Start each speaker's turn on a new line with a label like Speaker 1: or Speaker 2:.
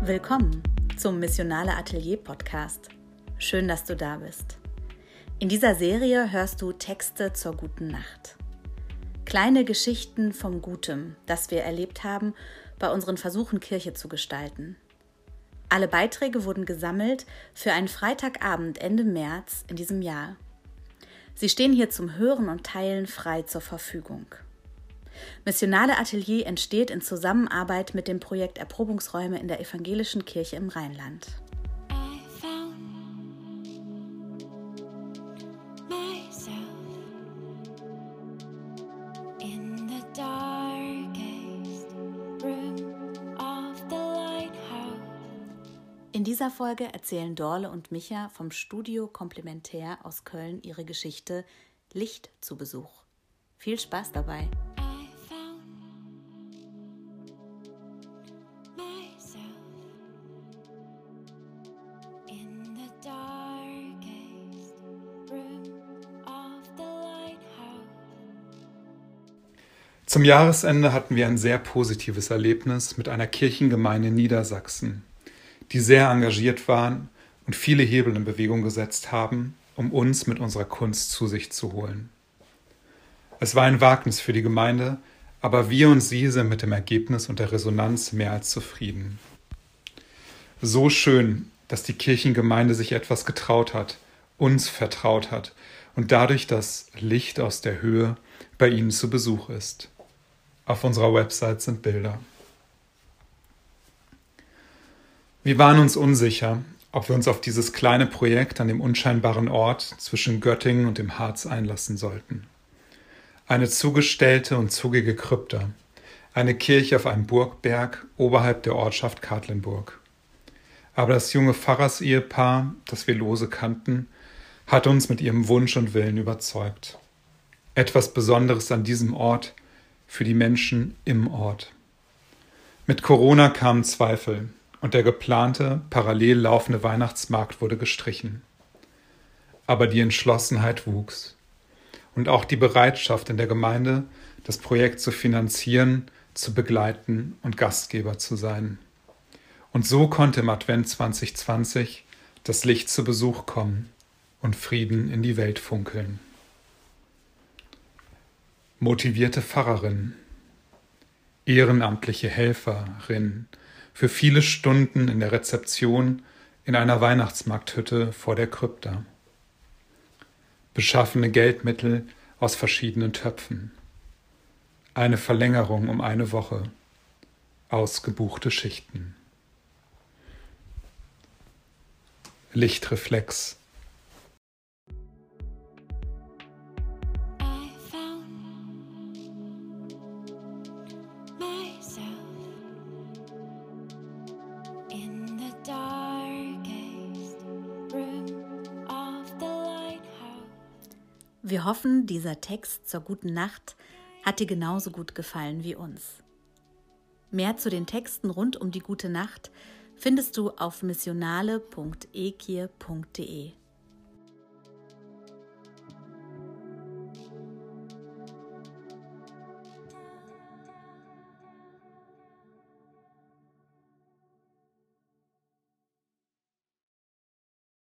Speaker 1: Willkommen zum Missionale Atelier Podcast. Schön, dass du da bist. In dieser Serie hörst du Texte zur guten Nacht. Kleine Geschichten vom Gutem, das wir erlebt haben bei unseren Versuchen, Kirche zu gestalten. Alle Beiträge wurden gesammelt für einen Freitagabend Ende März in diesem Jahr. Sie stehen hier zum Hören und Teilen frei zur Verfügung. Missionale Atelier entsteht in Zusammenarbeit mit dem Projekt Erprobungsräume in der Evangelischen Kirche im Rheinland. In dieser Folge erzählen Dorle und Micha vom Studio Komplementär aus Köln ihre Geschichte Licht zu Besuch. Viel Spaß dabei!
Speaker 2: Zum Jahresende hatten wir ein sehr positives Erlebnis mit einer Kirchengemeinde in Niedersachsen, die sehr engagiert waren und viele Hebel in Bewegung gesetzt haben, um uns mit unserer Kunst zu sich zu holen. Es war ein Wagnis für die Gemeinde, aber wir und sie sind mit dem Ergebnis und der Resonanz mehr als zufrieden. So schön, dass die Kirchengemeinde sich etwas getraut hat, uns vertraut hat und dadurch das Licht aus der Höhe bei ihnen zu Besuch ist. Auf unserer Website sind Bilder. Wir waren uns unsicher, ob wir uns auf dieses kleine Projekt an dem unscheinbaren Ort zwischen Göttingen und dem Harz einlassen sollten. Eine zugestellte und zugige Krypta, eine Kirche auf einem Burgberg oberhalb der Ortschaft Katlenburg. Aber das junge Pfarrersehepaar, das wir lose kannten, hat uns mit ihrem Wunsch und Willen überzeugt. Etwas Besonderes an diesem Ort für die Menschen im Ort. Mit Corona kamen Zweifel und der geplante, parallel laufende Weihnachtsmarkt wurde gestrichen. Aber die Entschlossenheit wuchs und auch die Bereitschaft in der Gemeinde, das Projekt zu finanzieren, zu begleiten und Gastgeber zu sein. Und so konnte im Advent 2020 das Licht zu Besuch kommen und Frieden in die Welt funkeln. Motivierte Pfarrerinnen, ehrenamtliche Helferinnen für viele Stunden in der Rezeption in einer Weihnachtsmarkthütte vor der Krypta. Beschaffene Geldmittel aus verschiedenen Töpfen. Eine Verlängerung um eine Woche. Ausgebuchte Schichten. Lichtreflex.
Speaker 1: Wir hoffen, dieser Text zur guten Nacht hat dir genauso gut gefallen wie uns. Mehr zu den Texten rund um die gute Nacht findest du auf missionale.ekir.de.